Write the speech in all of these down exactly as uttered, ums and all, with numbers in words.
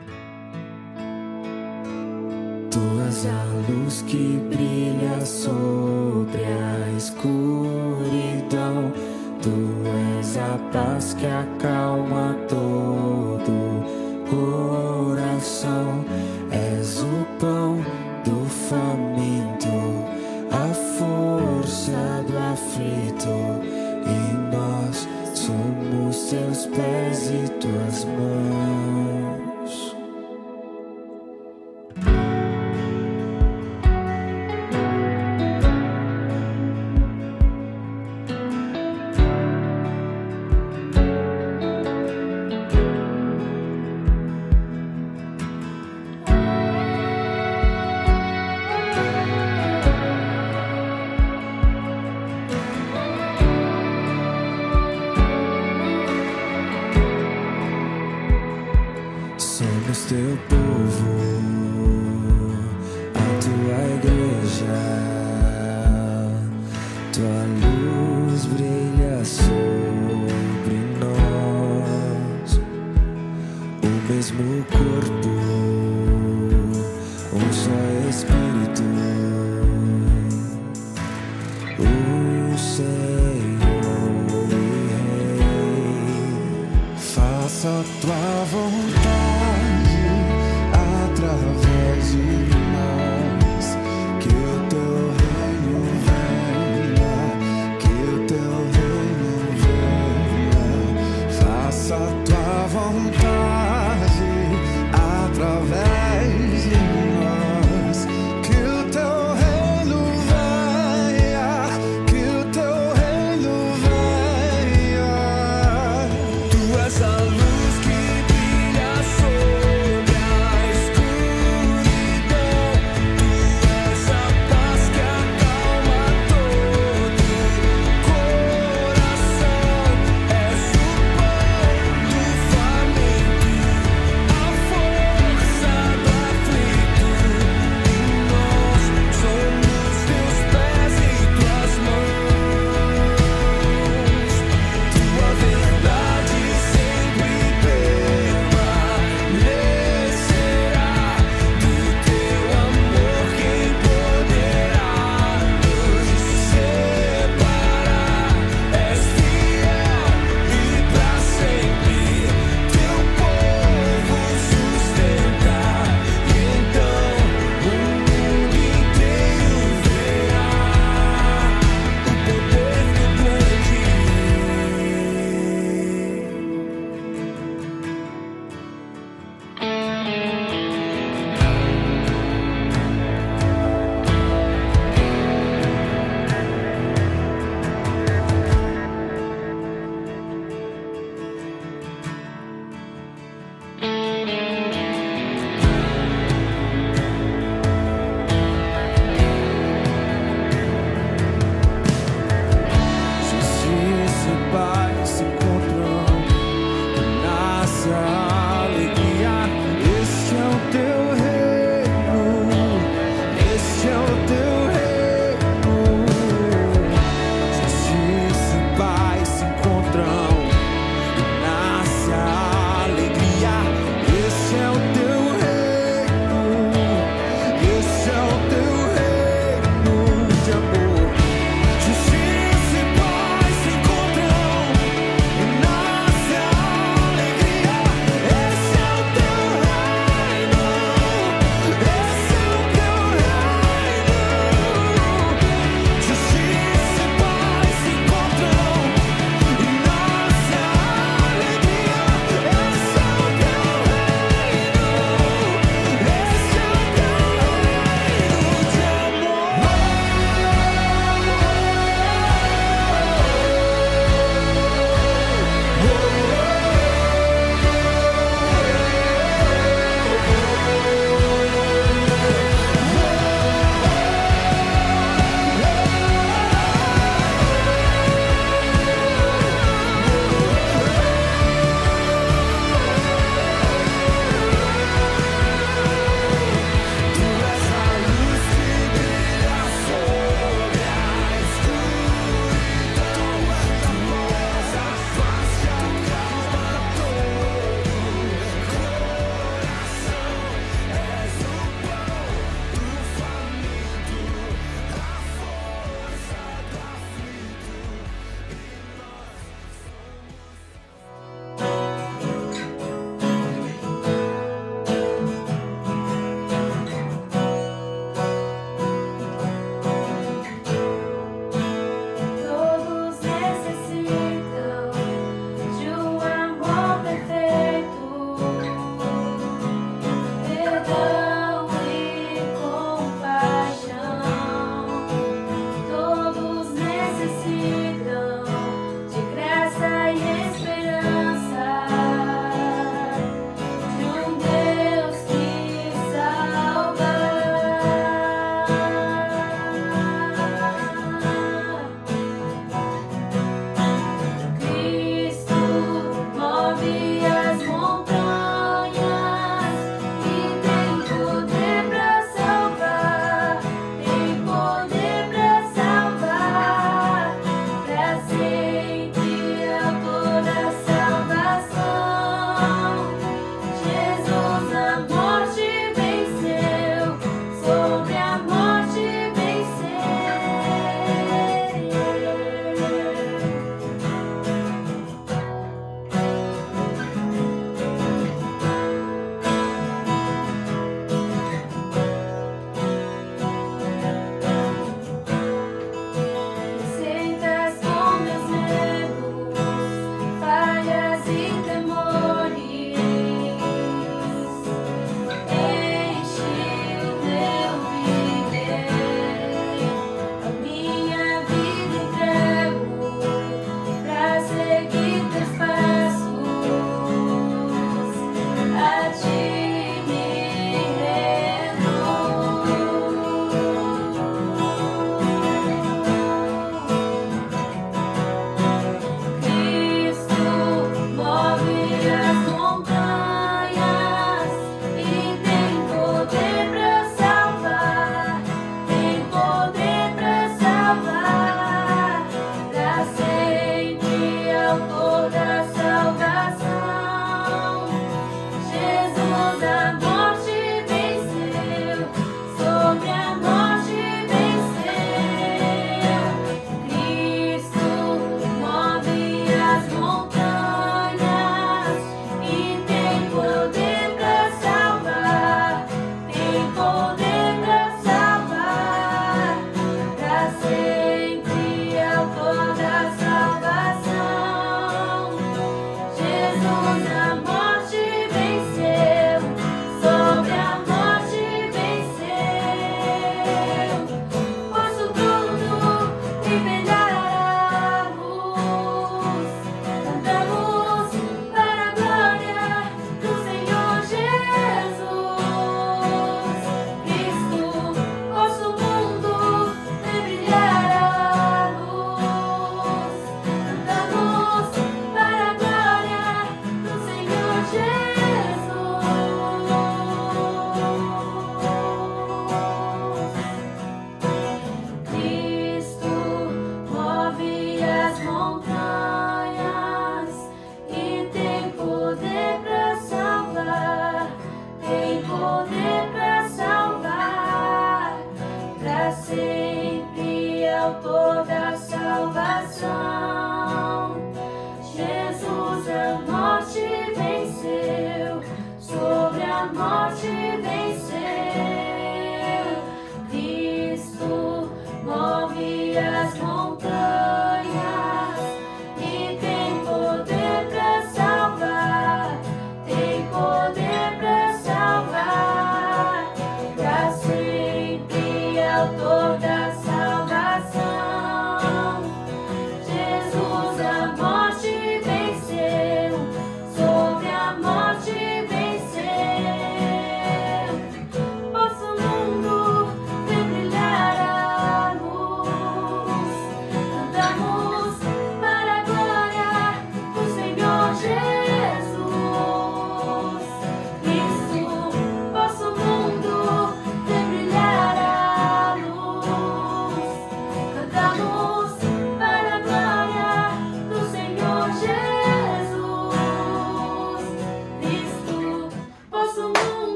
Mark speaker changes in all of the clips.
Speaker 1: Tu és a luz que brilha sobre a escuridão. Tu és a paz que acalma todo coração. És o pão do faminto, a força do aflito. E nós somos teus pés e tuas mãos. Somos teu povo, a tua igreja. Tua luz brilha sobre nós. O mesmo corpo, um só Espírito. O Senhor e Rei. Faça a tua vontade através de nós, que o teu reino venha, que o teu reino venha. Faça a tua vontade através de nós, que o teu reino venha, que o teu reino venha. Tu és a luz que brilha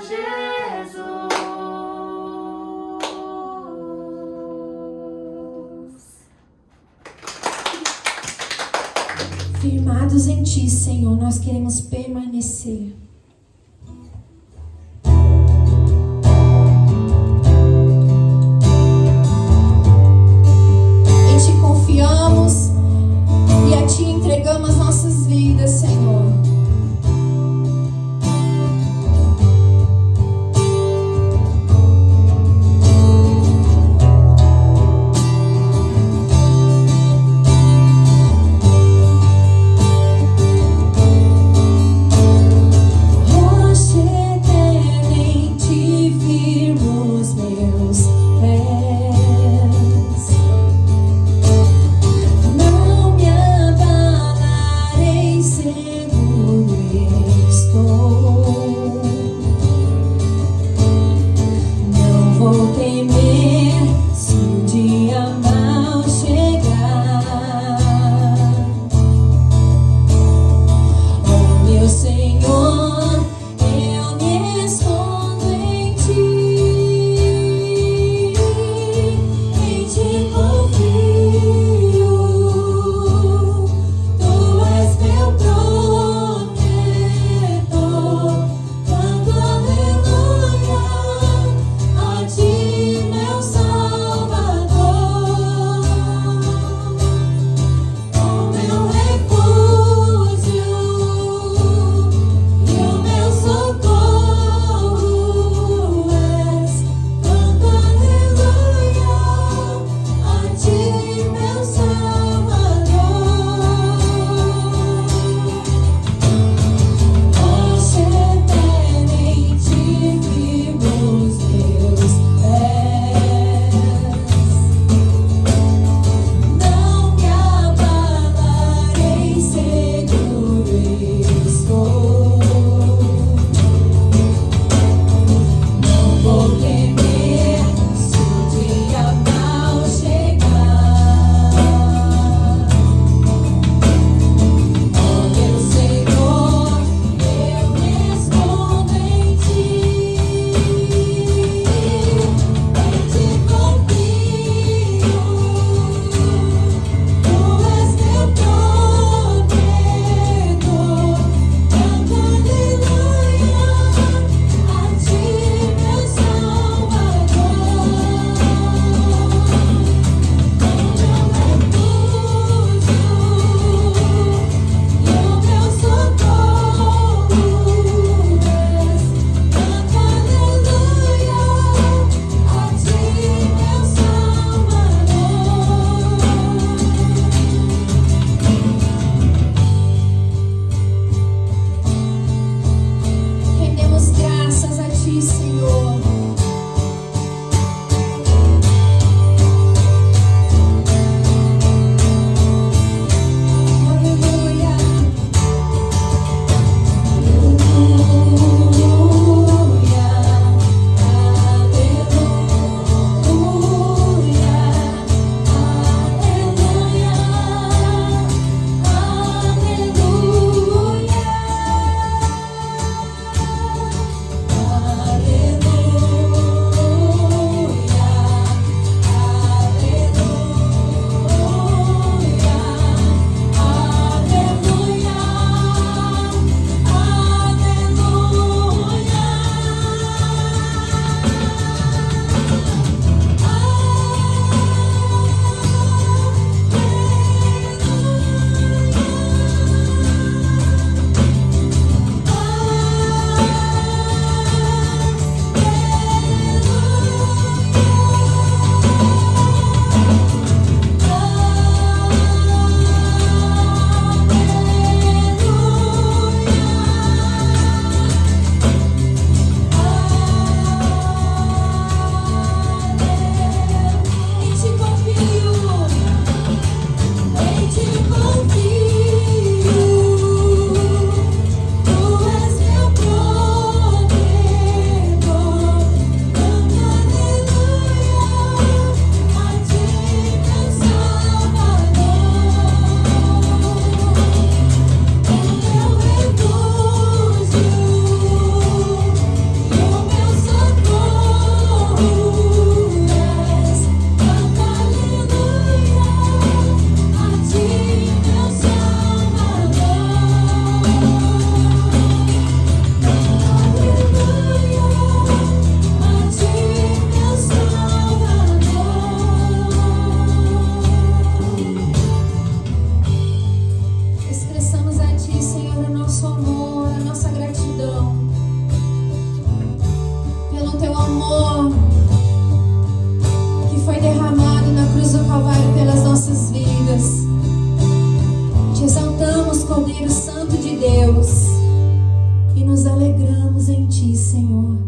Speaker 2: Firmados em Ti, Senhor, nós queremos permanecer. Em Ti confiamos e a Ti entregamos as nossas vidas, Senhor. cruz do Calvário pelas nossas vidas. Te exaltamos, Cordeiro Santo de Deus, e nos alegramos em Ti, Senhor.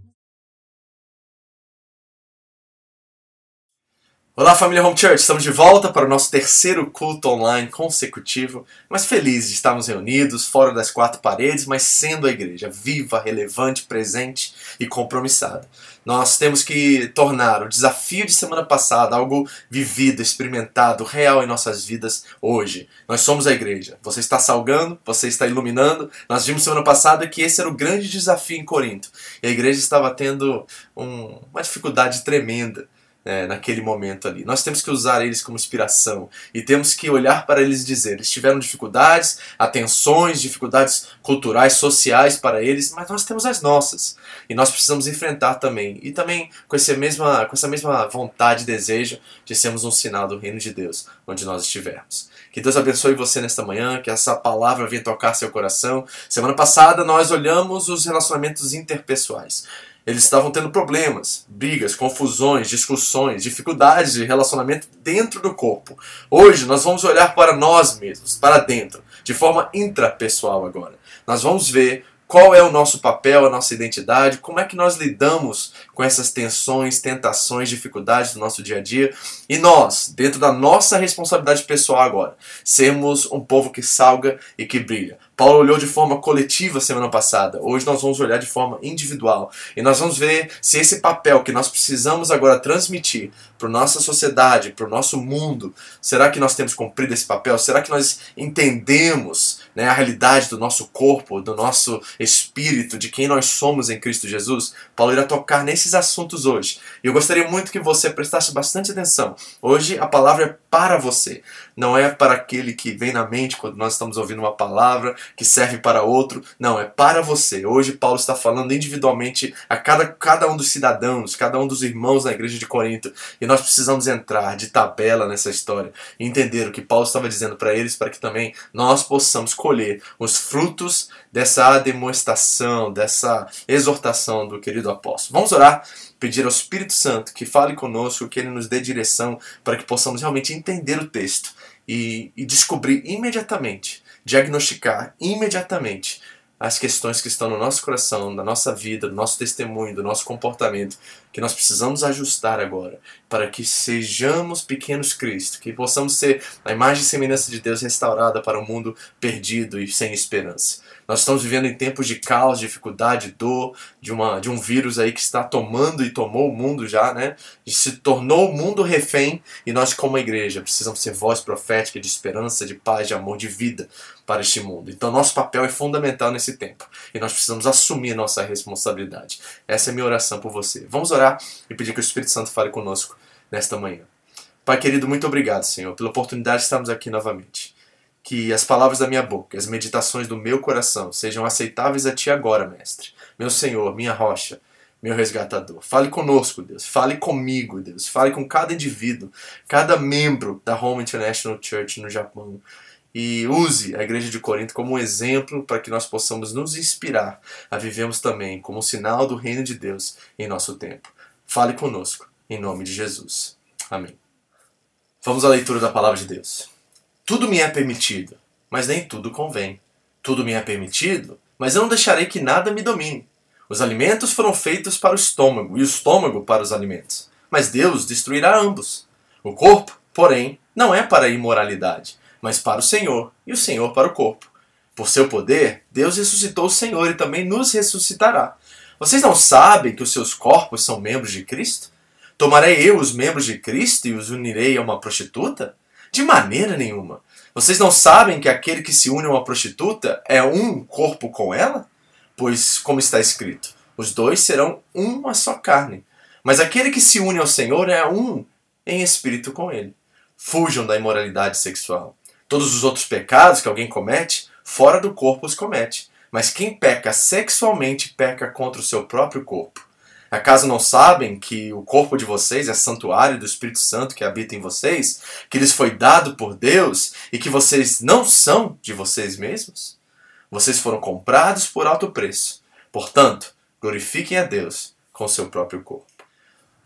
Speaker 3: Olá, família Home Church, estamos de volta para o nosso terceiro culto online consecutivo, mas felizes de estarmos reunidos, fora das quatro paredes, mas sendo a igreja viva, relevante, presente e compromissada. Nós temos que tornar o desafio de semana passada algo vivido, experimentado, real em nossas vidas hoje. Nós somos a igreja. Você está salgando, você está iluminando. Nós vimos semana passada que esse era o grande desafio em Corinto. E a igreja estava tendo um, uma dificuldade tremenda. É, naquele momento ali. Nós temos que usar eles como inspiração e temos que olhar para eles e dizer, eles tiveram dificuldades, atenções, dificuldades culturais, sociais para eles, mas nós temos as nossas e nós precisamos enfrentar também, e também com essa mesma, com essa mesma vontade e desejo de sermos um sinal do reino de Deus onde nós estivermos. Que Deus abençoe você nesta manhã, que essa palavra venha tocar seu coração. Semana passada nós olhamos os relacionamentos interpessoais. Eles estavam tendo problemas, brigas, confusões, discussões, dificuldades de relacionamento dentro do corpo. Hoje nós vamos olhar para nós mesmos, para dentro, de forma intrapessoal agora. Nós vamos ver qual é o nosso papel, a nossa identidade, como é que nós lidamos com essas tensões, tentações, dificuldades do nosso dia a dia. E nós, dentro da nossa responsabilidade pessoal agora, sermos um povo que salga e que brilha. Paulo olhou de forma coletiva semana passada. Hoje nós vamos olhar de forma individual. E nós vamos ver se esse papel que nós precisamos agora transmitir para a nossa sociedade, para o nosso mundo, será que nós temos cumprido esse papel? Será que nós entendemos, né, a realidade do nosso corpo, do nosso espírito, de quem nós somos em Cristo Jesus? Paulo irá tocar nesses assuntos hoje. E eu gostaria muito que você prestasse bastante atenção. Hoje a palavra é para você. Não é para aquele que vem na mente quando nós estamos ouvindo uma palavra que serve para outro. Não, é para você. Hoje Paulo está falando individualmente a cada, cada um dos cidadãos, cada um dos irmãos na igreja de Corinto. E nós precisamos entrar de tabela nessa história e entender o que Paulo estava dizendo para eles, para que também nós possamos colher os frutos dessa ademoestação, dessa exortação do querido apóstolo. Vamos orar, pedir ao Espírito Santo que fale conosco, que Ele nos dê direção para que possamos realmente entender o texto e, e descobrir imediatamente, diagnosticar imediatamente as questões que estão no nosso coração, na nossa vida, no nosso testemunho, do nosso comportamento, que nós precisamos ajustar agora, para que sejamos pequenos Cristo, que possamos ser a imagem e semelhança de Deus restaurada para um mundo perdido e sem esperança. Nós estamos vivendo em tempos de caos, dificuldade, dor, de, uma, de um vírus aí que está tomando e tomou o mundo já, né? E se tornou o mundo refém, e nós como igreja precisamos ser voz profética de esperança, de paz, de amor, de vida para este mundo. Então nosso papel é fundamental nesse tempo, e nós precisamos assumir nossa responsabilidade. Essa é a minha oração por você. Vamos orar e pedir que o Espírito Santo fale conosco nesta manhã. Pai querido, muito obrigado, Senhor, pela oportunidade de estarmos aqui novamente. Que as palavras da minha boca, as meditações do meu coração sejam aceitáveis a Ti agora, Mestre. Meu Senhor, minha rocha, meu resgatador. Fale conosco, Deus. Fale comigo, Deus. Fale com cada indivíduo, cada membro da Home International Church no Japão. E use a igreja de Corinto como um exemplo para que nós possamos nos inspirar a vivermos também como um sinal do reino de Deus em nosso tempo. Fale conosco, em nome de Jesus. Amém. Vamos à leitura da palavra de Deus. Tudo me é permitido, mas nem tudo convém. Tudo me é permitido, mas eu não deixarei que nada me domine. Os alimentos foram feitos para o estômago, e o estômago para os alimentos. Mas Deus destruirá ambos. O corpo, porém, não é para a imoralidade, mas para o Senhor, e o Senhor para o corpo. Por seu poder, Deus ressuscitou o Senhor e também nos ressuscitará. Vocês não sabem que os seus corpos são membros de Cristo? Tomarei eu os membros de Cristo e os unirei a uma prostituta? De maneira nenhuma. Vocês não sabem que aquele que se une a uma prostituta é um corpo com ela? Pois, como está escrito, os dois serão uma só carne. Mas aquele que se une ao Senhor é um em espírito com Ele. Fujam da imoralidade sexual. Todos os outros pecados que alguém comete, fora do corpo os comete. Mas quem peca sexualmente peca contra o seu próprio corpo. Acaso não sabem que o corpo de vocês é santuário do Espírito Santo que habita em vocês, que lhes foi dado por Deus e que vocês não são de vocês mesmos? Vocês foram comprados por alto preço. Portanto, glorifiquem a Deus com o seu próprio corpo.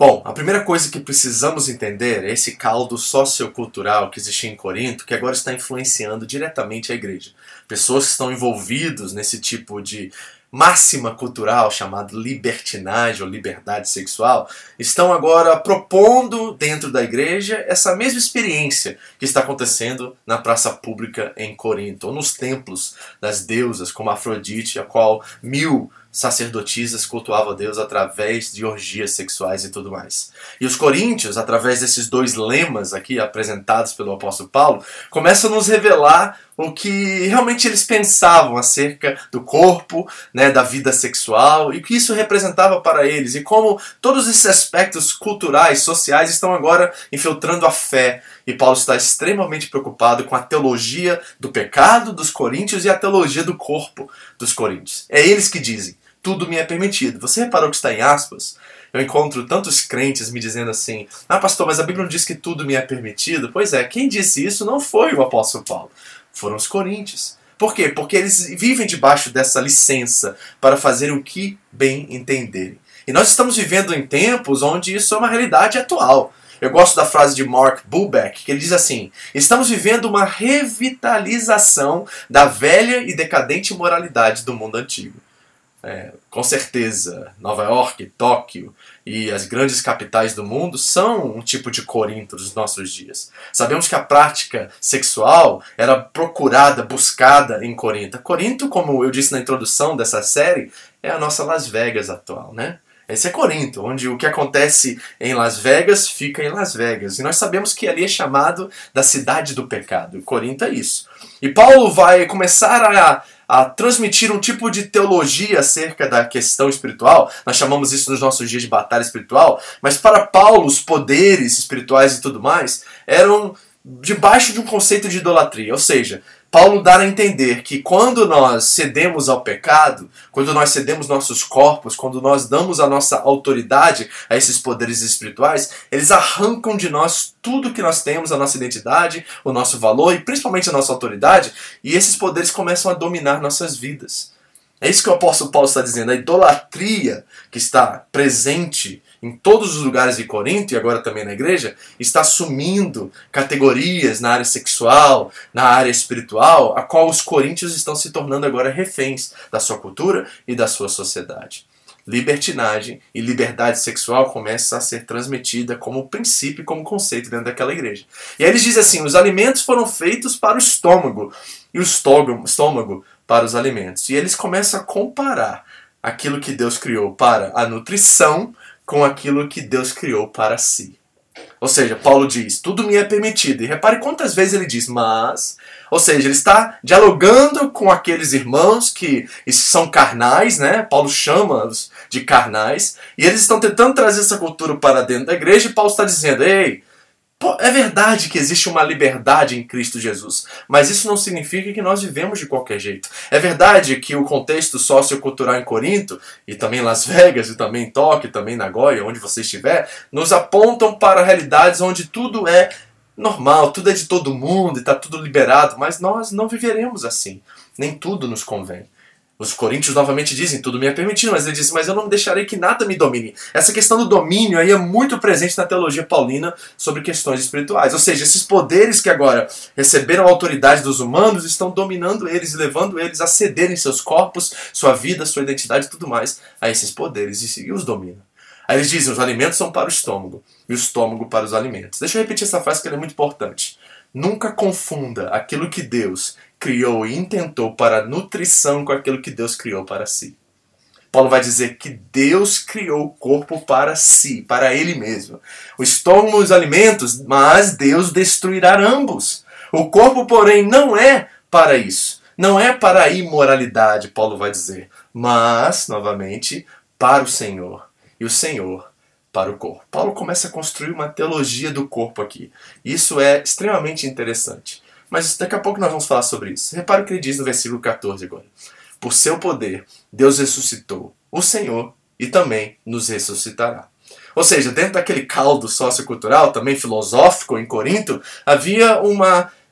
Speaker 3: Bom, a primeira coisa que precisamos entender é esse caldo sociocultural que existia em Corinto, que agora está influenciando diretamente a igreja. Pessoas que estão envolvidas nesse tipo de máxima cultural chamada libertinagem ou liberdade sexual, estão agora propondo dentro da igreja essa mesma experiência que está acontecendo na praça pública em Corinto, ou nos templos das deusas, como Afrodite, a qual mil sacerdotisas cultuavam a Deus através de orgias sexuais e tudo mais. E os coríntios, através desses dois lemas aqui apresentados pelo apóstolo Paulo, começam a nos revelar o que realmente eles pensavam acerca do corpo, né, da vida sexual, e o que isso representava para eles, e como todos esses aspectos culturais, sociais, estão agora infiltrando a fé. E Paulo está extremamente preocupado com a teologia do pecado dos coríntios e a teologia do corpo dos coríntios. É eles que dizem: tudo me é permitido. Você reparou que está em aspas? Eu encontro tantos crentes me dizendo assim: ah, pastor, mas a Bíblia não diz que tudo me é permitido? Pois é, quem disse isso não foi o apóstolo Paulo, foram os coríntios. Por quê? Porque eles vivem debaixo dessa licença para fazer o que bem entenderem. E nós estamos vivendo em tempos onde isso é uma realidade atual. Eu gosto da frase de Mark Bubeck, que ele diz assim: estamos vivendo uma revitalização da velha e decadente moralidade do mundo antigo. É, com certeza, Nova York, Tóquio e as grandes capitais do mundo são um tipo de Corinto dos nossos dias. Sabemos que a prática sexual era procurada, buscada em Corinto. Corinto, como eu disse na introdução dessa série, é a nossa Las Vegas atual, né? Esse é Corinto, onde o que acontece em Las Vegas fica em Las Vegas. E nós sabemos que ali é chamado da cidade do pecado. E Corinto é isso. E Paulo vai começar a, a transmitir um tipo de teologia acerca da questão espiritual. Nós chamamos isso nos nossos dias de batalha espiritual. Mas para Paulo, os poderes espirituais e tudo mais eram debaixo de um conceito de idolatria. Ou seja, Paulo dá a entender que quando nós cedemos ao pecado, quando nós cedemos nossos corpos, quando nós damos a nossa autoridade a esses poderes espirituais, eles arrancam de nós tudo que nós temos, a nossa identidade, o nosso valor e principalmente a nossa autoridade, e esses poderes começam a dominar nossas vidas. É isso que o apóstolo Paulo está dizendo. A idolatria que está presente em todos os lugares de Corinto e agora também na igreja está assumindo categorias na área sexual, na área espiritual, a qual os coríntios estão se tornando agora reféns da sua cultura e da sua sociedade. Libertinagem e liberdade sexual começa a ser transmitida como princípio e como conceito dentro daquela igreja. E aí eles dizem assim: os alimentos foram feitos para o estômago e o estômago para os alimentos. E eles começam a comparar aquilo que Deus criou para a nutrição com aquilo que Deus criou para si. Ou seja, Paulo diz: tudo me é permitido. E repare quantas vezes ele diz mas. Ou seja, ele está dialogando com aqueles irmãos que são carnais, né? Paulo chama-os de carnais. E eles estão tentando trazer essa cultura para dentro da igreja. E Paulo está dizendo: ei, é verdade que existe uma liberdade em Cristo Jesus, mas isso não significa que nós vivemos de qualquer jeito. É verdade que o contexto sociocultural em Corinto, e também em Las Vegas, e também em Tóquio, e também em Nagoya, onde você estiver, nos apontam para realidades onde tudo é normal, tudo é de todo mundo e está tudo liberado, mas nós não viveremos assim. Nem tudo nos convém. Os coríntios novamente dizem: tudo me é permitido, mas ele diz: mas eu não deixarei que nada me domine. Essa questão do domínio aí é muito presente na teologia paulina sobre questões espirituais. Ou seja, esses poderes que agora receberam a autoridade dos humanos estão dominando eles e levando eles a cederem seus corpos, sua vida, sua identidade e tudo mais a esses poderes e os dominam. Aí eles dizem: os alimentos são para o estômago e o estômago para os alimentos. Deixa eu repetir essa frase que ela é muito importante. Nunca confunda aquilo que Deus criou e intentou para a nutrição com aquilo que Deus criou para si. Paulo vai dizer que Deus criou o corpo para si, para ele mesmo. O estômago e os alimentos, mas Deus destruirá ambos. O corpo, porém, não é para isso. Não é para a imoralidade, Paulo vai dizer, mas, novamente, para o Senhor. E o Senhor para o corpo. Paulo começa a construir uma teologia do corpo aqui. Isso é extremamente interessante. Mas daqui a pouco nós vamos falar sobre isso. Repare o que ele diz no versículo catorze agora. Por seu poder, Deus ressuscitou o Senhor e também nos ressuscitará. Ou seja, dentro daquele caldo sociocultural, também filosófico em Corinto, havia uma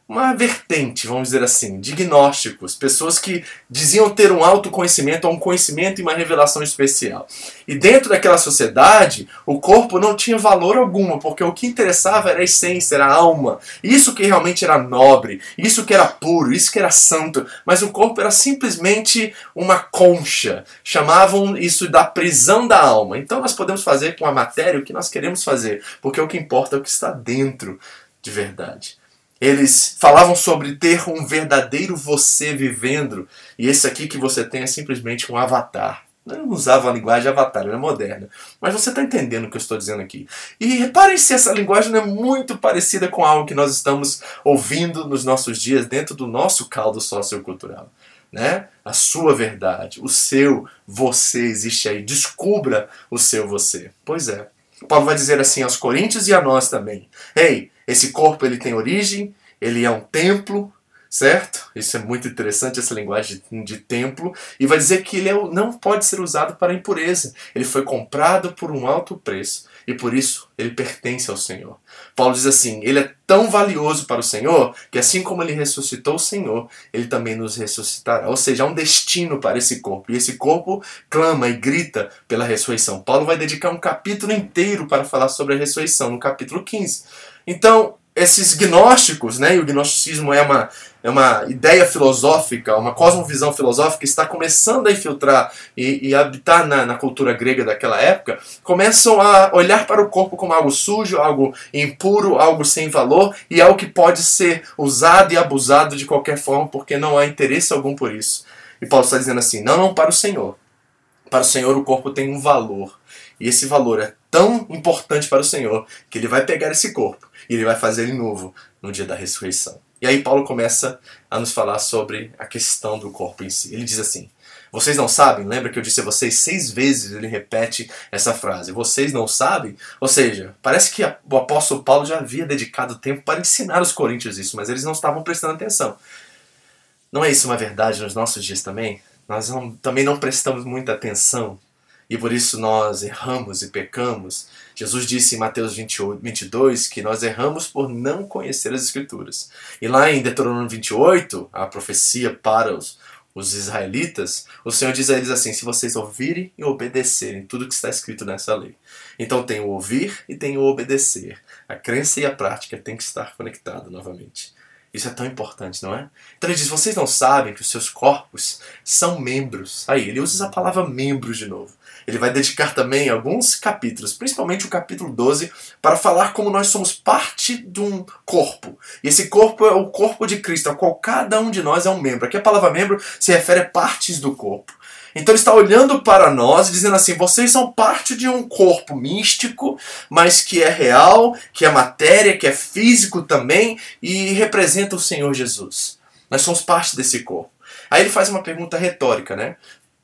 Speaker 3: uma vertente, vamos dizer assim, de gnósticos, pessoas que diziam ter um autoconhecimento, ou um conhecimento e uma revelação especial. E dentro daquela sociedade, o corpo não tinha valor algum, porque o que interessava era a essência, era a alma. Isso que realmente era nobre, isso que era puro, isso que era santo. Mas o corpo era simplesmente uma concha. Chamavam isso da prisão da alma. Então nós podemos fazer com a matéria o que nós queremos fazer, porque o que importa é o que está dentro de verdade. Eles falavam sobre ter um verdadeiro você vivendo, e esse aqui que você tem é simplesmente um avatar. Eu não usava a linguagem avatar, ela é moderna. Mas você está entendendo o que eu estou dizendo aqui. E reparem se essa linguagem não é muito parecida com algo que nós estamos ouvindo nos nossos dias dentro do nosso caldo sociocultural. Né? A sua verdade, o seu você existe aí. Descubra o seu você. Pois é. Paulo vai dizer assim aos coríntios e a nós também. Ei, esse corpo ele tem origem, ele é um templo, certo? Isso é muito interessante, essa linguagem de, de templo. E vai dizer que ele é, não pode ser usado para impureza. Ele foi comprado por um alto preço e por isso ele pertence ao Senhor. Paulo diz assim, ele é tão valioso para o Senhor que assim como ele ressuscitou o Senhor, ele também nos ressuscitará. Ou seja, há um destino para esse corpo. E esse corpo clama e grita pela ressurreição. Paulo vai dedicar um capítulo inteiro para falar sobre a ressurreição, no capítulo quinze. Então, esses gnósticos, né, e o gnosticismo é uma, é uma ideia filosófica, uma cosmovisão filosófica que está começando a infiltrar e, e habitar na, na cultura grega daquela época, começam a olhar para o corpo como algo sujo, algo impuro, algo sem valor e algo que pode ser usado e abusado de qualquer forma porque não há interesse algum por isso. E Paulo está dizendo assim, não, não para o Senhor. Para o Senhor o corpo tem um valor. E esse valor é tão importante para o Senhor que ele vai pegar esse corpo e ele vai fazer ele novo no dia da ressurreição. E aí Paulo começa a nos falar sobre a questão do corpo em si. Ele diz assim, vocês não sabem? Lembra que eu disse a vocês seis vezes, ele repete essa frase. Vocês não sabem? Ou seja, parece que o apóstolo Paulo já havia dedicado tempo para ensinar os coríntios isso, mas eles não estavam prestando atenção. Não é isso uma verdade nos nossos dias também? Nós não, também não prestamos muita atenção e por isso nós erramos e pecamos. Jesus disse em Mateus vinte e dois que nós erramos por não conhecer as Escrituras. E lá em Deuteronômio vinte e oito, a profecia para os, os israelitas, o Senhor diz a eles assim, se vocês ouvirem e obedecerem tudo que está escrito nessa lei. Então tem o ouvir e tem o obedecer. A crença e a prática têm que estar conectadas novamente. Isso é tão importante, não é? Então ele diz, vocês não sabem que os seus corpos são membros. Aí, ele usa a palavra membros de novo. Ele vai dedicar também alguns capítulos, principalmente o capítulo doze, para falar como nós somos parte de um corpo. E esse corpo é o corpo de Cristo, ao qual cada um de nós é um membro. Aqui a palavra membro se refere a partes do corpo. Então ele está olhando para nós e dizendo assim, vocês são parte de um corpo místico, mas que é real, que é matéria, que é físico também e representa o Senhor Jesus. Nós somos parte desse corpo. Aí ele faz uma pergunta retórica, né?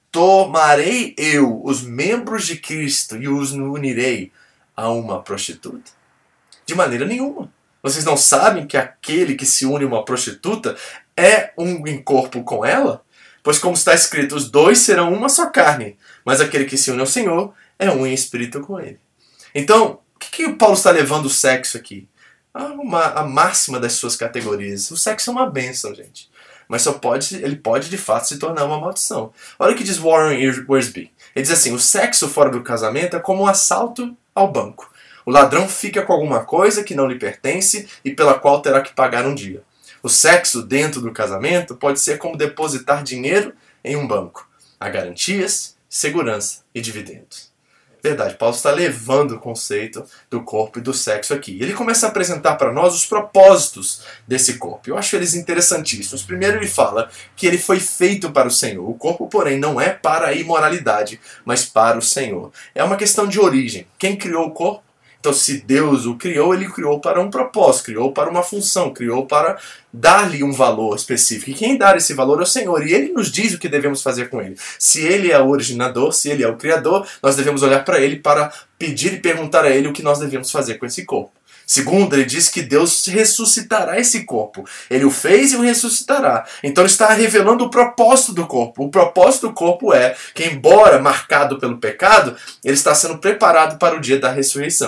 Speaker 3: Tomarei eu os membros de Cristo e os unirei a uma prostituta? De maneira nenhuma. Vocês não sabem que aquele que se une a uma prostituta é um em corpo com ela? Pois como está escrito, os dois serão uma só carne, mas aquele que se une ao Senhor é um em espírito com ele. Então, o que, que o Paulo está levando o sexo aqui? A, uma, a máxima das suas categorias. O sexo é uma bênção, gente. Mas só pode, ele pode de fato se tornar uma maldição. Olha o que diz Warren Wiersbe. Ele diz assim, o sexo fora do casamento é como um assalto ao banco. O ladrão fica com alguma coisa que não lhe pertence e pela qual terá que pagar um dia. O sexo dentro do casamento pode ser como depositar dinheiro em um banco. Há garantias, segurança e dividendos. Verdade, Paulo está levando o conceito do corpo e do sexo aqui. Ele começa a apresentar para nós os propósitos desse corpo. Eu acho eles interessantíssimos. Primeiro ele fala que ele foi feito para o Senhor. O corpo, porém, não é para a imoralidade, mas para o Senhor. É uma questão de origem. Quem criou o corpo? Então, se Deus o criou, ele criou para um propósito, criou para uma função, criou para dar-lhe um valor específico. E quem dá esse valor é o Senhor. E ele nos diz o que devemos fazer com ele. Se ele é o originador, se ele é o criador, nós devemos olhar para ele para pedir e perguntar a ele o que nós devemos fazer com esse corpo. Segundo, ele diz que Deus ressuscitará esse corpo. Ele o fez e o ressuscitará. Então ele está revelando o propósito do corpo. O propósito do corpo é que, embora marcado pelo pecado, ele está sendo preparado para o dia da ressurreição.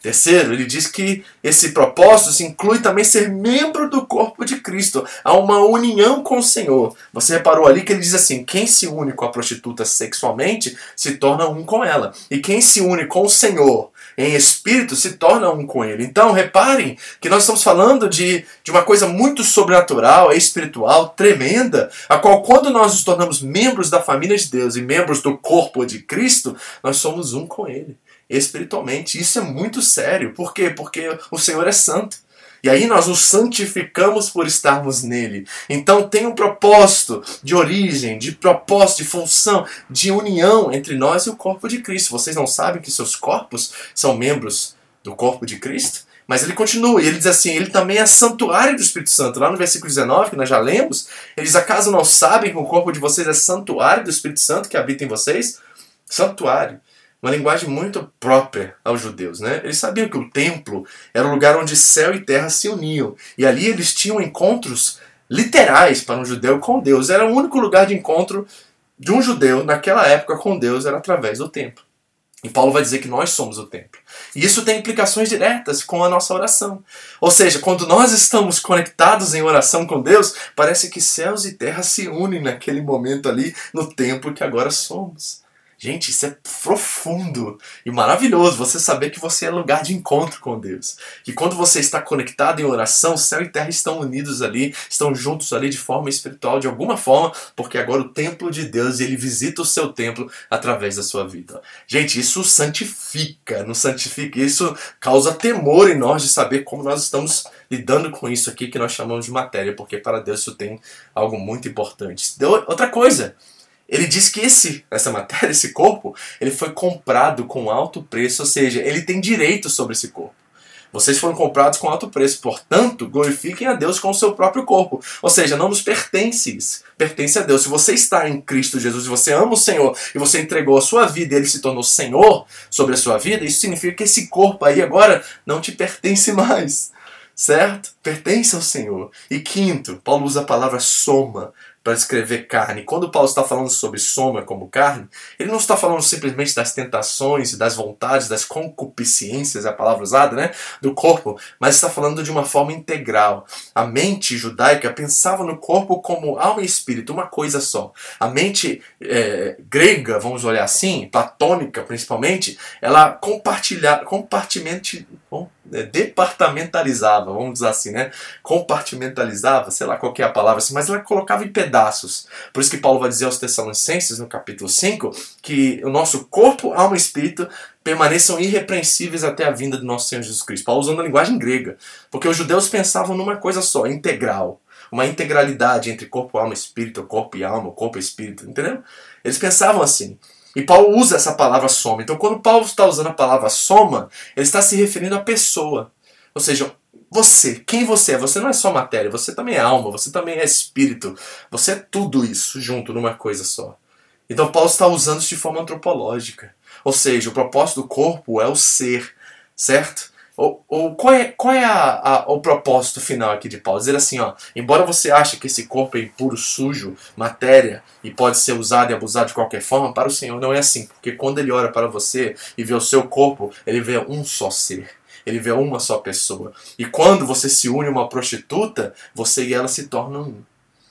Speaker 3: Terceiro, ele diz que esse propósito se inclui também ser membro do corpo de Cristo. Há uma união com o Senhor. Você reparou ali que ele diz assim, quem se une com a prostituta sexualmente se torna um com ela. E quem se une com o Senhor em espírito se torna um com ele. Então, reparem que nós estamos falando de, de uma coisa muito sobrenatural, espiritual, tremenda, a qual quando nós nos tornamos membros da família de Deus e membros do corpo de Cristo, nós somos um com ele. Espiritualmente. Isso é muito sério. Por quê? Porque o Senhor é santo. E aí nós nos santificamos por estarmos nele. Então tem um propósito de origem, de propósito, de função, de união entre nós e o corpo de Cristo. Vocês não sabem que seus corpos são membros do corpo de Cristo? Mas ele continua, e ele diz assim, ele também é santuário do Espírito Santo. Lá no versículo dezenove, que nós já lemos, ele diz, acaso não sabem que o corpo de vocês é santuário do Espírito Santo que habita em vocês? Santuário. Uma linguagem muito própria aos judeus, né? Eles sabiam que o templo era o lugar onde céu e terra se uniam. E ali eles tinham encontros literais para um judeu com Deus. Era o único lugar de encontro de um judeu naquela época com Deus, era através do templo. E Paulo vai dizer que nós somos o templo. E isso tem implicações diretas com a nossa oração. Ou seja, quando nós estamos conectados em oração com Deus, parece que céus e terra se unem naquele momento ali, no templo que agora somos. Gente, isso é profundo e maravilhoso, você saber que você é lugar de encontro com Deus. Que quando você está conectado em oração, céu e terra estão unidos ali, estão juntos ali de forma espiritual, de alguma forma, porque agora o templo de Deus, ele visita o seu templo através da sua vida. Gente, isso santifica, não santifica, isso causa temor em nós de saber como nós estamos lidando com isso aqui que nós chamamos de matéria, porque para Deus isso tem algo muito importante. Outra coisa, ele diz que esse, essa matéria, esse corpo, ele foi comprado com alto preço, ou seja, ele tem direito sobre esse corpo. Vocês foram comprados com alto preço, portanto, glorifiquem a Deus com o seu próprio corpo. Ou seja, não nos pertence isso, pertence a Deus. Se você está em Cristo Jesus, e você ama o Senhor, e você entregou a sua vida, e Ele se tornou Senhor sobre a sua vida, isso significa que esse corpo aí agora não te pertence mais, certo? Pertence ao Senhor. E quinto, Paulo usa a palavra soma para descrever carne. Quando Paulo está falando sobre soma como carne, ele não está falando simplesmente das tentações, das vontades, das concupiscências, é a palavra usada, né, do corpo, mas está falando de uma forma integral. A mente judaica pensava no corpo como alma e espírito, uma coisa só. A mente é, grega, vamos olhar assim, platônica principalmente, ela compartilha, compartimente, bom, é, departamentalizava, vamos dizer assim, né, compartimentalizava, sei lá qual que é a palavra assim, mas ela colocava em pedaços. Por isso que Paulo vai dizer aos Tessalonicenses, no capítulo cinco, que o nosso corpo, alma e espírito permaneçam irrepreensíveis até a vinda do nosso Senhor Jesus Cristo. Paulo usando a linguagem grega, porque os judeus pensavam numa coisa só, integral. Uma integralidade entre corpo, alma, espírito, corpo e alma, corpo e espírito, entendeu? Eles pensavam assim. E Paulo usa essa palavra soma. Então quando Paulo está usando a palavra soma, ele está se referindo à pessoa. Ou seja, você, quem você é? Você não é só matéria, você também é alma, você também é espírito. Você é tudo isso junto numa coisa só. Então Paulo está usando isso de forma antropológica. Ou seja, o propósito do corpo é o ser, certo? Ou, ou qual é, qual é a, a, o propósito final aqui de Paulo? Dizer assim, ó, embora você ache que esse corpo é impuro, sujo, matéria, e pode ser usado e abusado de qualquer forma, para o Senhor não é assim. Porque quando Ele olha para você e vê o seu corpo, Ele vê um só ser. Ele vê uma só pessoa. E quando você se une a uma prostituta, você e ela se tornam um.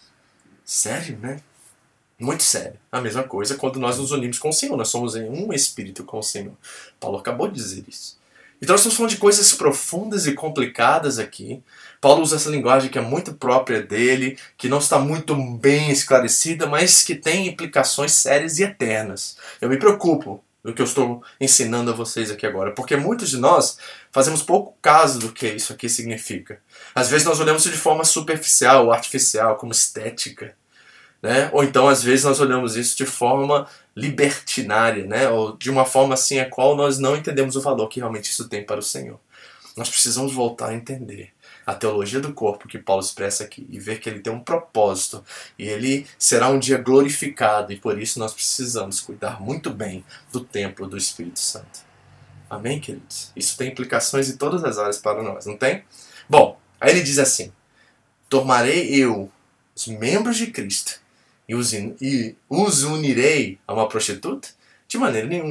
Speaker 3: Sério, né? Muito sério. A mesma coisa quando nós nos unimos com o Senhor. Nós somos em um espírito com o Senhor. Paulo acabou de dizer isso. Então nós estamos falando de coisas profundas e complicadas aqui. Paulo usa essa linguagem que é muito própria dele, que não está muito bem esclarecida, mas que tem implicações sérias e eternas. Eu me preocupo do que eu estou ensinando a vocês aqui agora, porque muitos de nós fazemos pouco caso do que isso aqui significa. Às vezes nós olhamos isso de forma superficial ou artificial, como estética, né? Ou então às vezes nós olhamos isso de forma libertinária, né? Ou de uma forma assim a qual nós não entendemos o valor que realmente isso tem para o Senhor. Nós precisamos voltar a entender a teologia do corpo que Paulo expressa aqui e ver que ele tem um propósito e ele será um dia glorificado, e por isso nós precisamos cuidar muito bem do templo do Espírito Santo. Amém, queridos? Isso tem implicações em todas as áreas para nós, não tem? Bom, aí ele diz assim: tomarei eu os membros de Cristo e os, e os unirei a uma prostituta? De maneira nenhuma.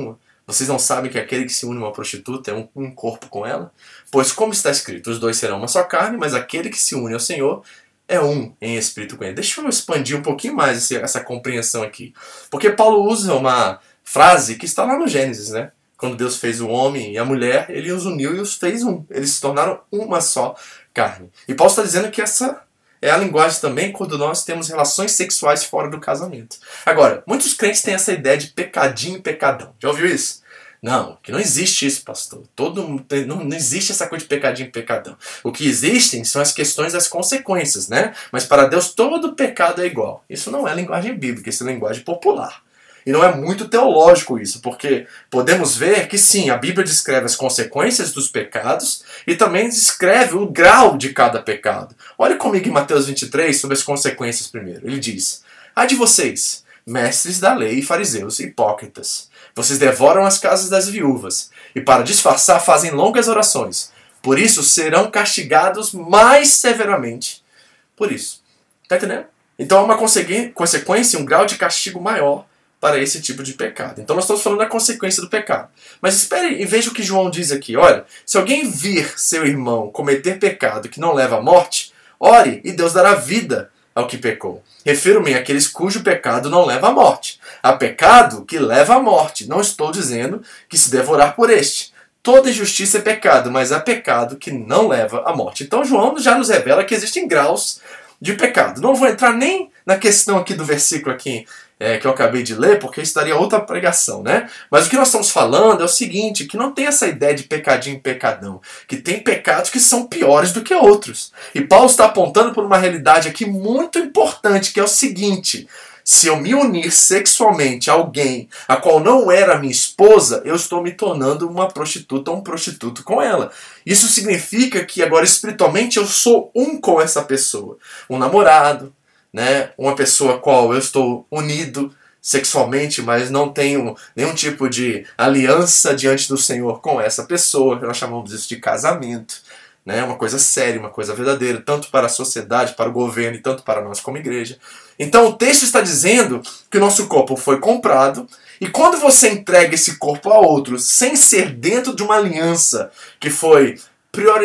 Speaker 3: Vocês não sabem que aquele que se une a uma prostituta é um, um corpo com ela? Pois como está escrito, os dois serão uma só carne, mas aquele que se une ao Senhor é um em espírito com ele. Deixa eu expandir um pouquinho mais esse, essa compreensão aqui. Porque Paulo usa uma frase que está lá no Gênesis, né? Quando Deus fez o homem e a mulher, ele os uniu e os fez um. Eles se tornaram uma só carne. E Paulo está dizendo que essa é a linguagem também quando nós temos relações sexuais fora do casamento. Agora, muitos crentes têm essa ideia de pecadinho e pecadão. Já ouviu isso? Não, que não existe isso, pastor. Todo, não, não existe essa coisa de pecadinho e pecadão. O que existem são as questões das consequências, né? Mas para Deus todo pecado é igual. Isso não é linguagem bíblica, isso é linguagem popular. E não é muito teológico isso, porque podemos ver que sim, a Bíblia descreve as consequências dos pecados e também descreve o grau de cada pecado. Olhe comigo em Mateus vinte e três sobre as consequências primeiro. Ele diz: ai de vocês, mestres da lei e fariseus, hipócritas! Vocês devoram as casas das viúvas e para disfarçar fazem longas orações. Por isso serão castigados mais severamente. Por isso. Tá entendendo? Então há uma consequência, um grau de castigo maior para esse tipo de pecado. Então nós estamos falando da consequência do pecado. Mas espere e veja o que João diz aqui. Olha, se alguém vir seu irmão cometer pecado que não leva à morte, ore e Deus dará vida ao que pecou. Refiro-me àqueles cujo pecado não leva à morte. Há pecado que leva à morte. Não estou dizendo que se devorar por este. Toda injustiça é pecado, mas há pecado que não leva à morte. Então João já nos revela que existem graus de pecado. Não vou entrar nem na questão aqui do versículo aqui é, que eu acabei de ler, porque isso daria outra pregação, né? Mas o que nós estamos falando é o seguinte, que não tem essa ideia de pecadinho e pecadão, que tem pecados que são piores do que outros. E Paulo está apontando por uma realidade aqui muito importante, que é o seguinte: se eu me unir sexualmente a alguém a qual não era minha esposa, eu estou me tornando uma prostituta ou um prostituto com ela. Isso significa que agora espiritualmente eu sou um com essa pessoa. Um namorado, né? Uma pessoa a qual eu estou unido sexualmente, mas não tenho nenhum tipo de aliança diante do Senhor com essa pessoa. Nós chamamos isso de casamento. Né? Uma coisa séria, uma coisa verdadeira, tanto para a sociedade, para o governo e tanto para nós como igreja. Então o texto está dizendo que o nosso corpo foi comprado e quando você entrega esse corpo a outro sem ser dentro de uma aliança que foi priori...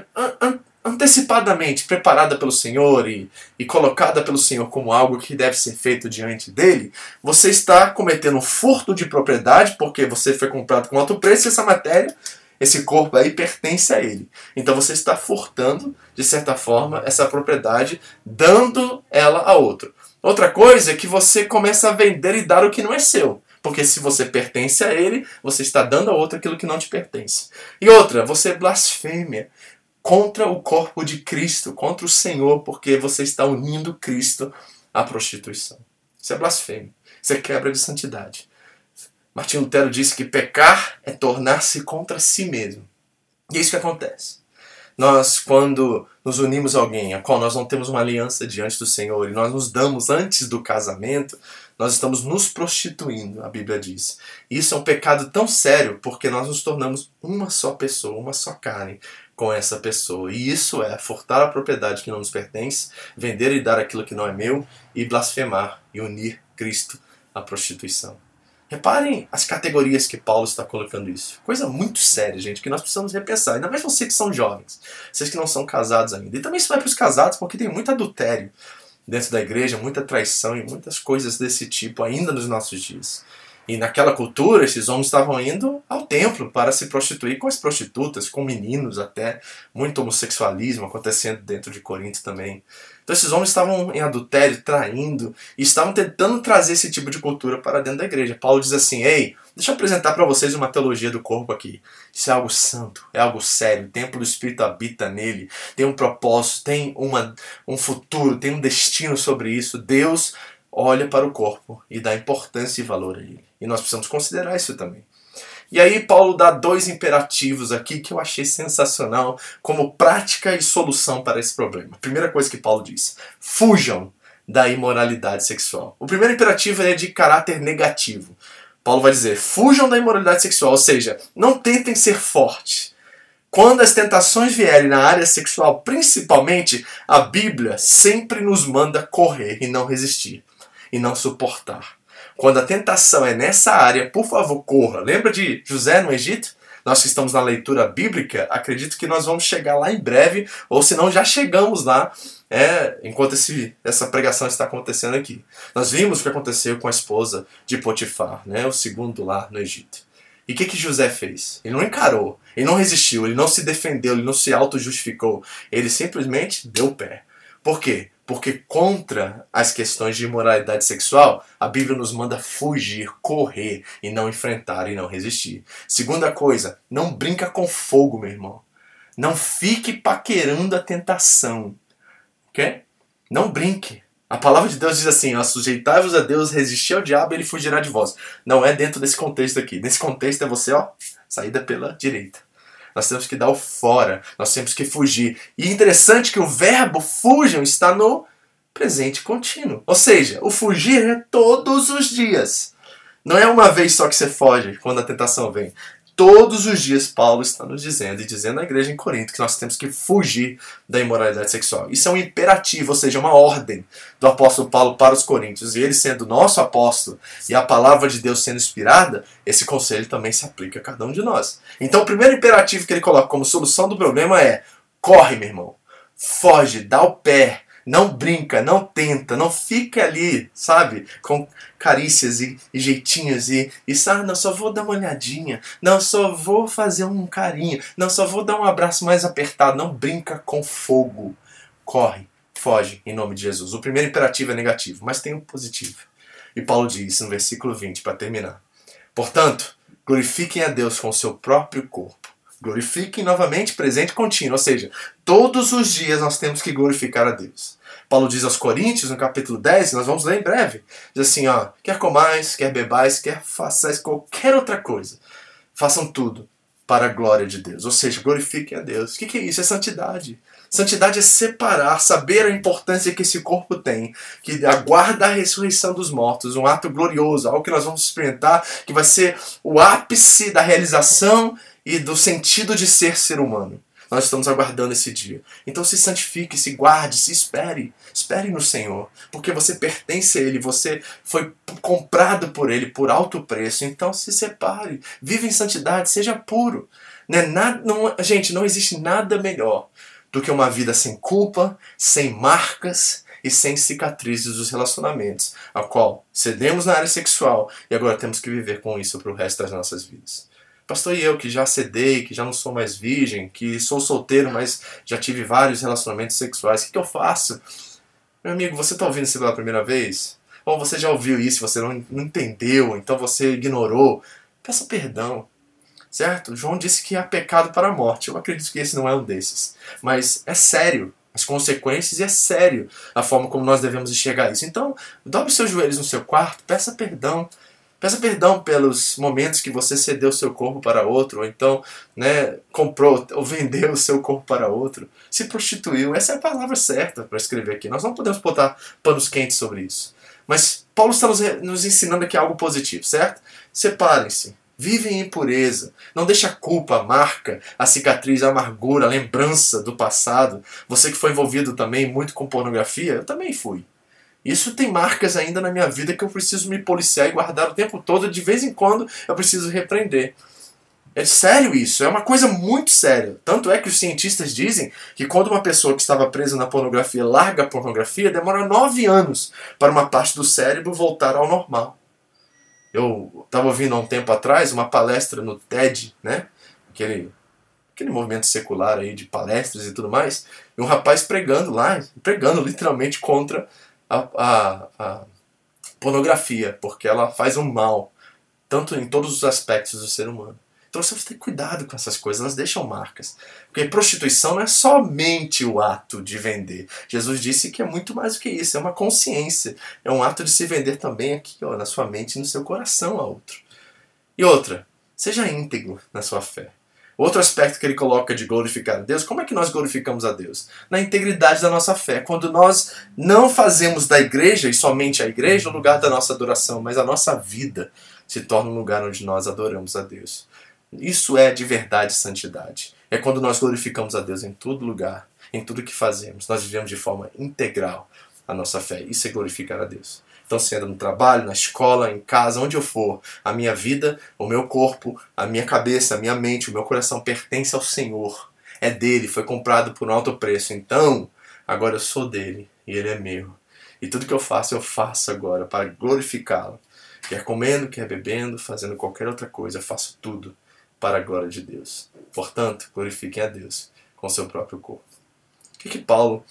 Speaker 3: antecipadamente preparada pelo Senhor e, e colocada pelo Senhor como algo que deve ser feito diante dele, você está cometendo um furto de propriedade porque você foi comprado com alto preço e essa matéria, esse corpo aí pertence a ele. Então você está furtando, de certa forma, essa propriedade, dando ela a outro. Outra coisa é que você começa a vender e dar o que não é seu. Porque se você pertence a ele, você está dando a outro aquilo que não te pertence. E outra, você blasfêmia contra o corpo de Cristo, contra o Senhor, porque você está unindo Cristo à prostituição. Isso é blasfêmia. Isso é quebra de santidade. Martinho Lutero disse que pecar é tornar-se contra si mesmo. E é isso que acontece. Nós, quando nos unimos a alguém a qual nós não temos uma aliança diante do Senhor e nós nos damos antes do casamento, nós estamos nos prostituindo, a Bíblia diz. E isso é um pecado tão sério porque nós nos tornamos uma só pessoa, uma só carne com essa pessoa. E isso é furtar a propriedade que não nos pertence, vender e dar aquilo que não é meu e blasfemar e unir Cristo à prostituição. Reparem as categorias que Paulo está colocando isso. Coisa muito séria, gente, que nós precisamos repensar. Ainda mais vocês que são jovens, vocês que não são casados ainda. E também isso vai para os casados, porque tem muito adultério dentro da igreja, muita traição e muitas coisas desse tipo ainda nos nossos dias. E naquela cultura, esses homens estavam indo ao templo para se prostituir com as prostitutas, com meninos até. Muito homossexualismo acontecendo dentro de Corinto também. Então esses homens estavam em adultério, traindo, e estavam tentando trazer esse tipo de cultura para dentro da igreja. Paulo diz assim: ei, deixa eu apresentar para vocês uma teologia do corpo aqui. Isso é algo santo, é algo sério. O templo do Espírito habita nele, tem um propósito, tem uma, um futuro, tem um destino sobre isso. Deus olha para o corpo e dá importância e valor a ele. E nós precisamos considerar isso também. E aí Paulo dá dois imperativos aqui que eu achei sensacional como prática e solução para esse problema. A primeira coisa que Paulo diz: fujam da imoralidade sexual. O primeiro imperativo é de caráter negativo. Paulo vai dizer: fujam da imoralidade sexual, ou seja, não tentem ser fortes. Quando as tentações vierem na área sexual, principalmente, a Bíblia sempre nos manda correr e não resistir, e não suportar. Quando a tentação é nessa área, por favor, corra. Lembra de José no Egito? Nós que estamos na leitura bíblica, acredito que nós vamos chegar lá em breve, ou se não já chegamos lá, é, enquanto esse, essa pregação está acontecendo aqui. Nós vimos o que aconteceu com a esposa de Potifar, né, o segundo lá no Egito. E o que, que José fez? Ele não encarou, ele não resistiu, ele não se defendeu, ele não se auto-justificou. Ele simplesmente deu o pé. Por quê? Porque contra as questões de imoralidade sexual, a Bíblia nos manda fugir, correr e não enfrentar e não resistir. Segunda coisa, não brinca com fogo, meu irmão. Não fique paquerando a tentação. Ok? Não brinque. A palavra de Deus diz assim, ó, sujeitai-vos a Deus, resistir ao diabo e ele fugirá de vós. Não é dentro desse contexto aqui. Nesse contexto é você, ó, saída pela direita. Nós temos que dar o fora, nós temos que fugir. E é interessante que o verbo fujam está no presente contínuo. Ou seja, o fugir é todos os dias. Não é uma vez só que você foge quando a tentação vem. Todos os dias Paulo está nos dizendo e dizendo à igreja em Corinto que nós temos que fugir da imoralidade sexual. Isso é um imperativo, ou seja, uma ordem do apóstolo Paulo para os coríntios. E ele sendo nosso apóstolo e a palavra de Deus sendo inspirada, esse conselho também se aplica a cada um de nós. Então o primeiro imperativo que ele coloca como solução do problema é: corre, meu irmão, foge, dá o pé. Não brinca, não tenta, não fica ali, sabe, com carícias e, e jeitinhos e, e ah, não, só vou dar uma olhadinha, não, só vou fazer um carinho, não, só vou dar um abraço mais apertado. Não brinca com fogo. Corre, foge, em nome de Jesus. O primeiro imperativo é negativo, mas tem um positivo. E Paulo diz no versículo vinte, para terminar: portanto, glorifiquem a Deus com o seu próprio corpo. Glorifiquem novamente, presente contínuo. Ou seja, todos os dias nós temos que glorificar a Deus. Paulo diz aos Coríntios, no capítulo dez, nós vamos ler em breve, diz assim, ó, quer comais, quer bebais, quer façais qualquer outra coisa, façam tudo para a glória de Deus. Ou seja, glorifiquem a Deus. O que, que é isso? É santidade. Santidade é separar, saber a importância que esse corpo tem, que aguarda a ressurreição dos mortos, um ato glorioso, algo que nós vamos experimentar, que vai ser o ápice da realização e do sentido de ser ser humano. Nós estamos aguardando esse dia. Então se santifique, se guarde, se espere. Espere no Senhor, porque você pertence a Ele, você foi comprado por Ele por alto preço. Então se separe, viva em santidade, seja puro. Não é nada, não, gente, não existe nada melhor do que uma vida sem culpa, sem marcas e sem cicatrizes dos relacionamentos, a qual cedemos na área sexual e agora temos que viver com isso para o resto das nossas vidas. Pastor, e eu que já cedei, que já não sou mais virgem, que sou solteiro, mas já tive vários relacionamentos sexuais, o que, que eu faço? Meu amigo, você está ouvindo isso pela primeira vez? Ou você já ouviu isso, você não, não entendeu, então você ignorou? Peça perdão, certo? João disse que há pecado para a morte. Eu acredito que esse não é um desses. Mas é sério as consequências e é sério a forma como nós devemos enxergar isso. Então, dobre seus joelhos no seu quarto, peça perdão. Peça perdão pelos momentos que você cedeu seu corpo para outro, ou então, né, comprou ou vendeu o seu corpo para outro, se prostituiu. Essa é a palavra certa para escrever aqui. Nós não podemos botar panos quentes sobre isso. Mas Paulo está nos, nos ensinando aqui algo positivo, certo? Separem-se, vivem em pureza, não deixe a culpa, a marca, a cicatriz, a amargura, a lembrança do passado. Você que foi envolvido também muito com pornografia, eu também fui. Isso tem marcas ainda na minha vida que eu preciso me policiar e guardar o tempo todo. De vez em quando eu preciso repreender. É sério isso, é uma coisa muito séria. Tanto é que os cientistas dizem que quando uma pessoa que estava presa na pornografia larga a pornografia, demora nove anos para uma parte do cérebro voltar ao normal. Eu estava ouvindo há um tempo atrás uma palestra no TED, né? Aquele, aquele movimento secular aí de palestras e tudo mais. E um rapaz pregando lá, pregando literalmente contra A, a, a pornografia, porque ela faz um mal, tanto em todos os aspectos do ser humano. Então você tem que ter cuidado com essas coisas, elas deixam marcas. Porque prostituição não é somente o ato de vender. Jesus disse que é muito mais do que isso, é uma consciência, é um ato de se vender também aqui, ó, na sua mente e no seu coração a outro. E outra, seja íntegro na sua fé. Outro aspecto que ele coloca de glorificar a Deus, como é que nós glorificamos a Deus? Na integridade da nossa fé. Quando nós não fazemos da igreja, e somente a igreja, o lugar da nossa adoração, mas a nossa vida se torna um lugar onde nós adoramos a Deus. Isso é de verdade santidade. É quando nós glorificamos a Deus em todo lugar, em tudo que fazemos. Nós vivemos de forma integral a nossa fé. Isso é glorificar a Deus. Então, sendo no trabalho, na escola, em casa, onde eu for, a minha vida, o meu corpo, a minha cabeça, a minha mente, o meu coração pertence ao Senhor. É dele, foi comprado por um alto preço. Então, agora eu sou dele e ele é meu. E tudo que eu faço, eu faço agora para glorificá-lo. Quer comendo, quer bebendo, fazendo qualquer outra coisa, eu faço tudo para a glória de Deus. Portanto, glorifiquem a Deus com seu próprio corpo. O que que Paulo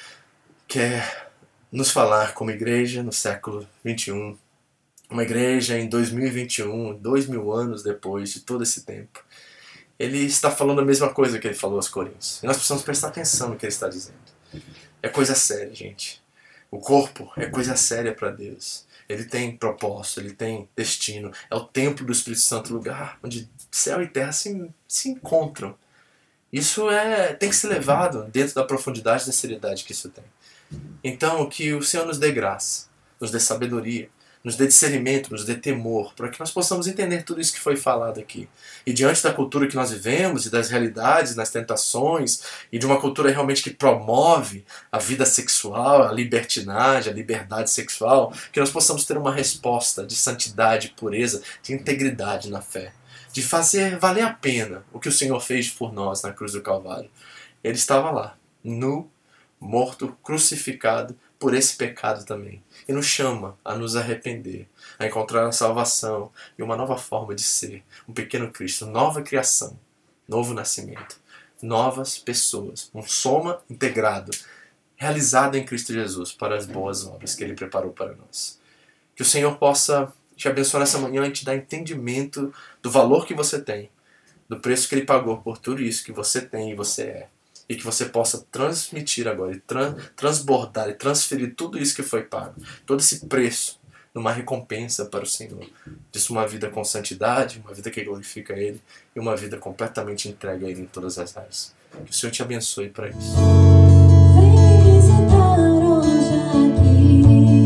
Speaker 3: quer nos falar como igreja no século vinte e um? Uma igreja em dois mil e vinte e um, dois mil anos depois de todo esse tempo. Ele está falando a mesma coisa que ele falou aos Coríntios. E nós precisamos prestar atenção no que ele está dizendo. É coisa séria, gente. O corpo é coisa séria para Deus. Ele tem propósito, ele tem destino. É o templo do Espírito Santo, lugar onde céu e terra se, se encontram. Isso é, tem que ser levado dentro da profundidade e da seriedade que isso tem. Então, que o Senhor nos dê graça, nos dê sabedoria, nos dê discernimento, nos dê temor, para que nós possamos entender tudo isso que foi falado aqui. E diante da cultura que nós vivemos, e das realidades, das tentações, e de uma cultura realmente que promove a vida sexual, a libertinagem, a liberdade sexual, que nós possamos ter uma resposta de santidade, pureza, de integridade na fé. De fazer valer a pena o que o Senhor fez por nós na cruz do Calvário. Ele estava lá, nu, morto, crucificado, por esse pecado também. E nos chama a nos arrepender, a encontrar a salvação e uma nova forma de ser. Um pequeno Cristo, nova criação, novo nascimento, novas pessoas, um soma integrado, realizado em Cristo Jesus para as boas obras que Ele preparou para nós. Que o Senhor possa te abençoar nessa manhã e te dar entendimento do valor que você tem, do preço que Ele pagou por tudo isso que você tem e você é. E que você possa transmitir agora, e tran transbordar e transferir tudo isso que foi pago, todo esse preço, numa recompensa para o Senhor. Disso uma vida com santidade, uma vida que glorifica Ele, e uma vida completamente entregue a Ele em todas as áreas. Que o Senhor te abençoe para isso.
Speaker 2: Vem me visitar hoje aqui.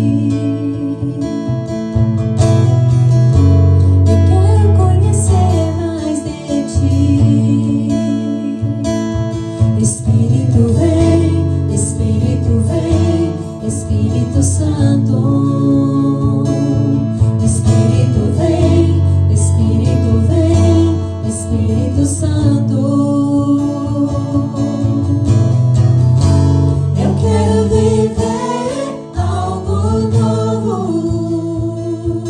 Speaker 2: Eu quero conhecer mais de ti. Espírito vem, Espírito vem, Espírito Santo. Espírito vem, Espírito vem, Espírito Santo. Eu quero viver algo novo.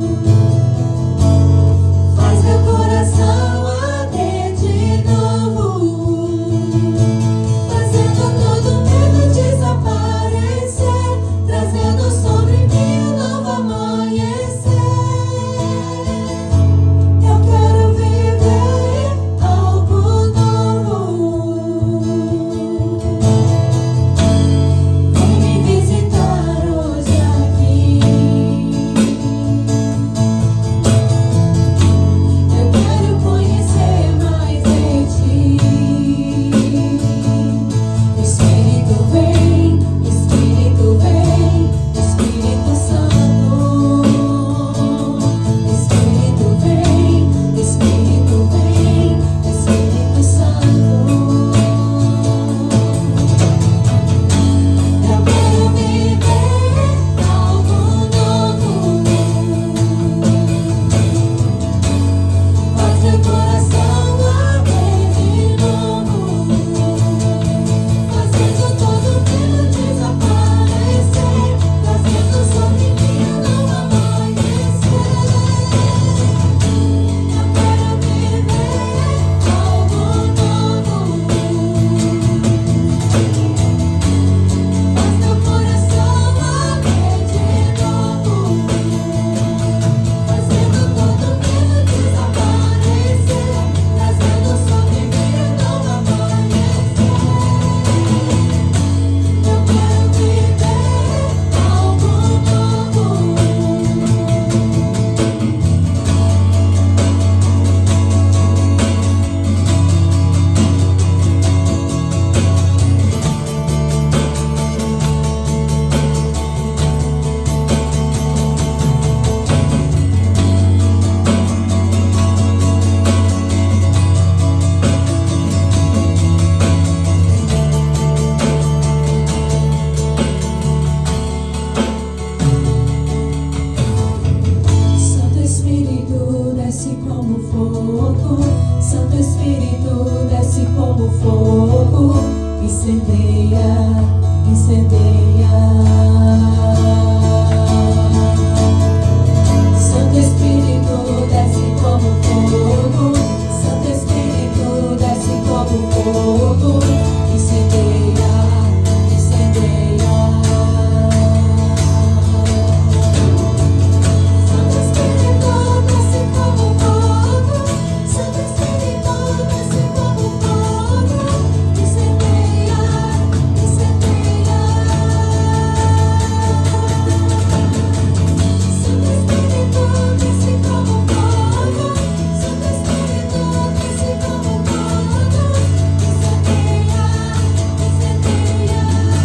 Speaker 2: Faz meu coração arder de novo, fazendo todo medo desaparecer, trazendo sobre mim um novo amanhecer. Eu quero viver algo Espírito desce como fogo, incendeia, incendeia. Santo Espírito desce como fogo, Santo Espírito desce como fogo, incendeia, incendeia. Santo Espírito desce como fogo, Santo Espírito desce como fogo, incendeia, incendeia. Santo Espírito desce como fogo, Santo Espírito desce como fogo, incendeia, incendeia.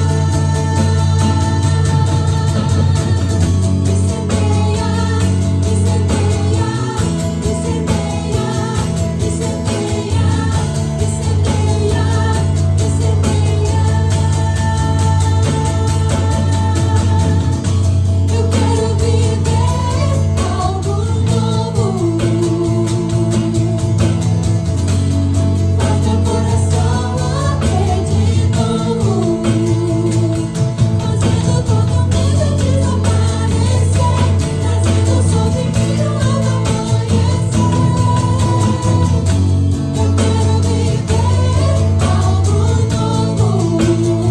Speaker 2: Eu quero viver algo novo. Faz meu coração bater de novo, fazendo todo medo desaparecer, trazendo sobre mim um novo amanhecer. Eu quero viver algo novo.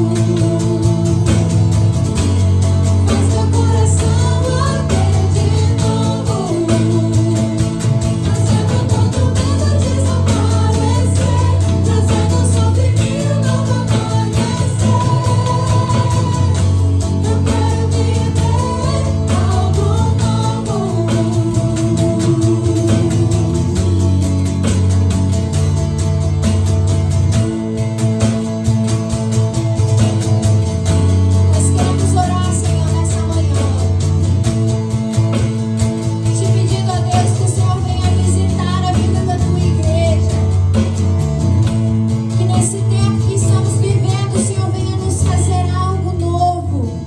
Speaker 2: Faz meu coração bater de novo, fazendo todo medo desaparecer, trazendo sobre mim um novo amanhecer. Eu quero viver algo Nós queremos orar, Senhor, nessa manhã, te pedindo a Deus que o Senhor venha visitar a vida da tua igreja, que nesse tempo que estamos vivendo, o Senhor venha nos fazer algo novo.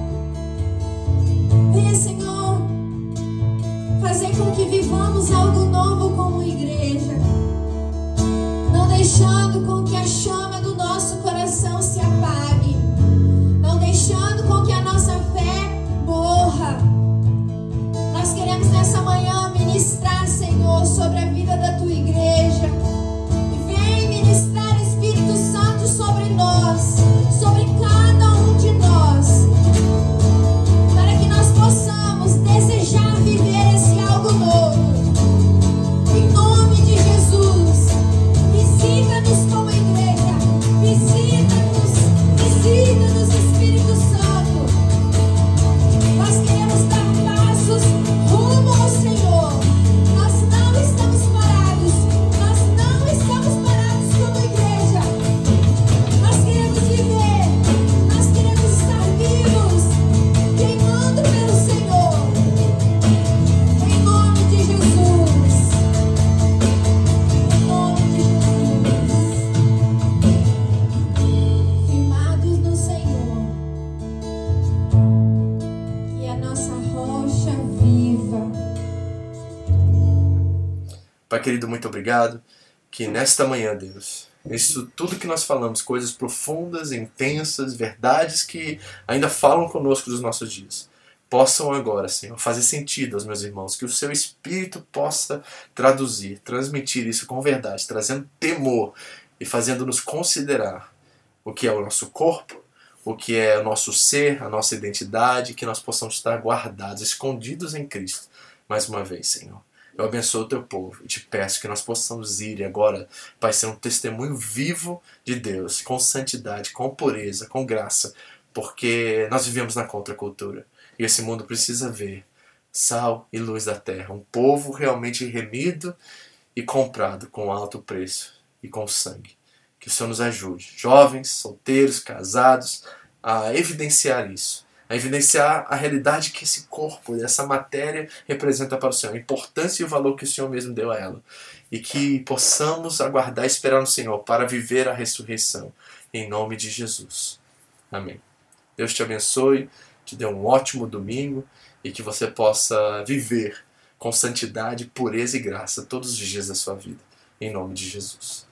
Speaker 2: Venha, Senhor, fazer com que vivamos algo novo como igreja, não deixando com que a chama do nosso coração se apague, não deixando com que a nossa fé morra. Nós queremos nessa manhã ministrar, Senhor, sobre a vida da tua igreja. E vem ministrar, Espírito Santo, sobre nós, sobre cada um de nós, para que nós possamos desejar viver esse algo novo. Em nome de Jesus, visita-nos como igreja, visita-nos, visita-nos, Espírito Santo. Nós queremos dar passos rumo ao Senhor. Nós não estamos parados, nós não estamos parados como igreja. Nós queremos viver, nós queremos estar vivos, queimando pelo Senhor. Em nome de Jesus, em nome de Jesus. Firmados no Senhor, que a nossa rocha viva.
Speaker 3: Pai querido, muito obrigado que nesta manhã, Deus, isso tudo que nós falamos, coisas profundas, intensas, verdades que ainda falam conosco dos nossos dias, possam agora, Senhor, fazer sentido aos meus irmãos, que o seu Espírito possa traduzir, transmitir isso com verdade, trazendo temor e fazendo-nos considerar o que é o nosso corpo, o que é o nosso ser, a nossa identidade, que nós possamos estar guardados, escondidos em Cristo. Mais uma vez, Senhor, eu abençoo o teu povo e te peço que nós possamos ir agora, Pai, ser um testemunho vivo de Deus, com santidade, com pureza, com graça, porque nós vivemos na contracultura e esse mundo precisa ver sal e luz da terra, um povo realmente remido e comprado com alto preço e com sangue. Que o Senhor nos ajude, jovens, solteiros, casados, a evidenciar isso, a evidenciar a realidade que esse corpo, essa matéria representa para o Senhor, a importância e o valor que o Senhor mesmo deu a ela. E que possamos aguardar e esperar no Senhor para viver a ressurreição, em nome de Jesus. Amém. Deus te abençoe, te dê um ótimo domingo e que você possa viver com santidade, pureza e graça todos os dias da sua vida. em nome de Jesus.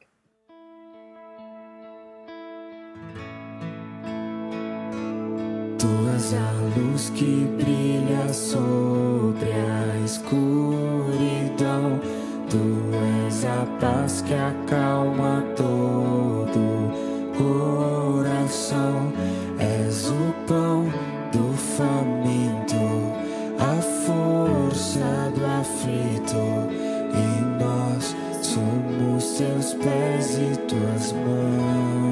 Speaker 4: Tu és a luz que brilha sobre a escuridão. Tu és a paz que acalma todo coração. És o pão do faminto, a força do aflito. E nós somos teus pés e tuas mãos.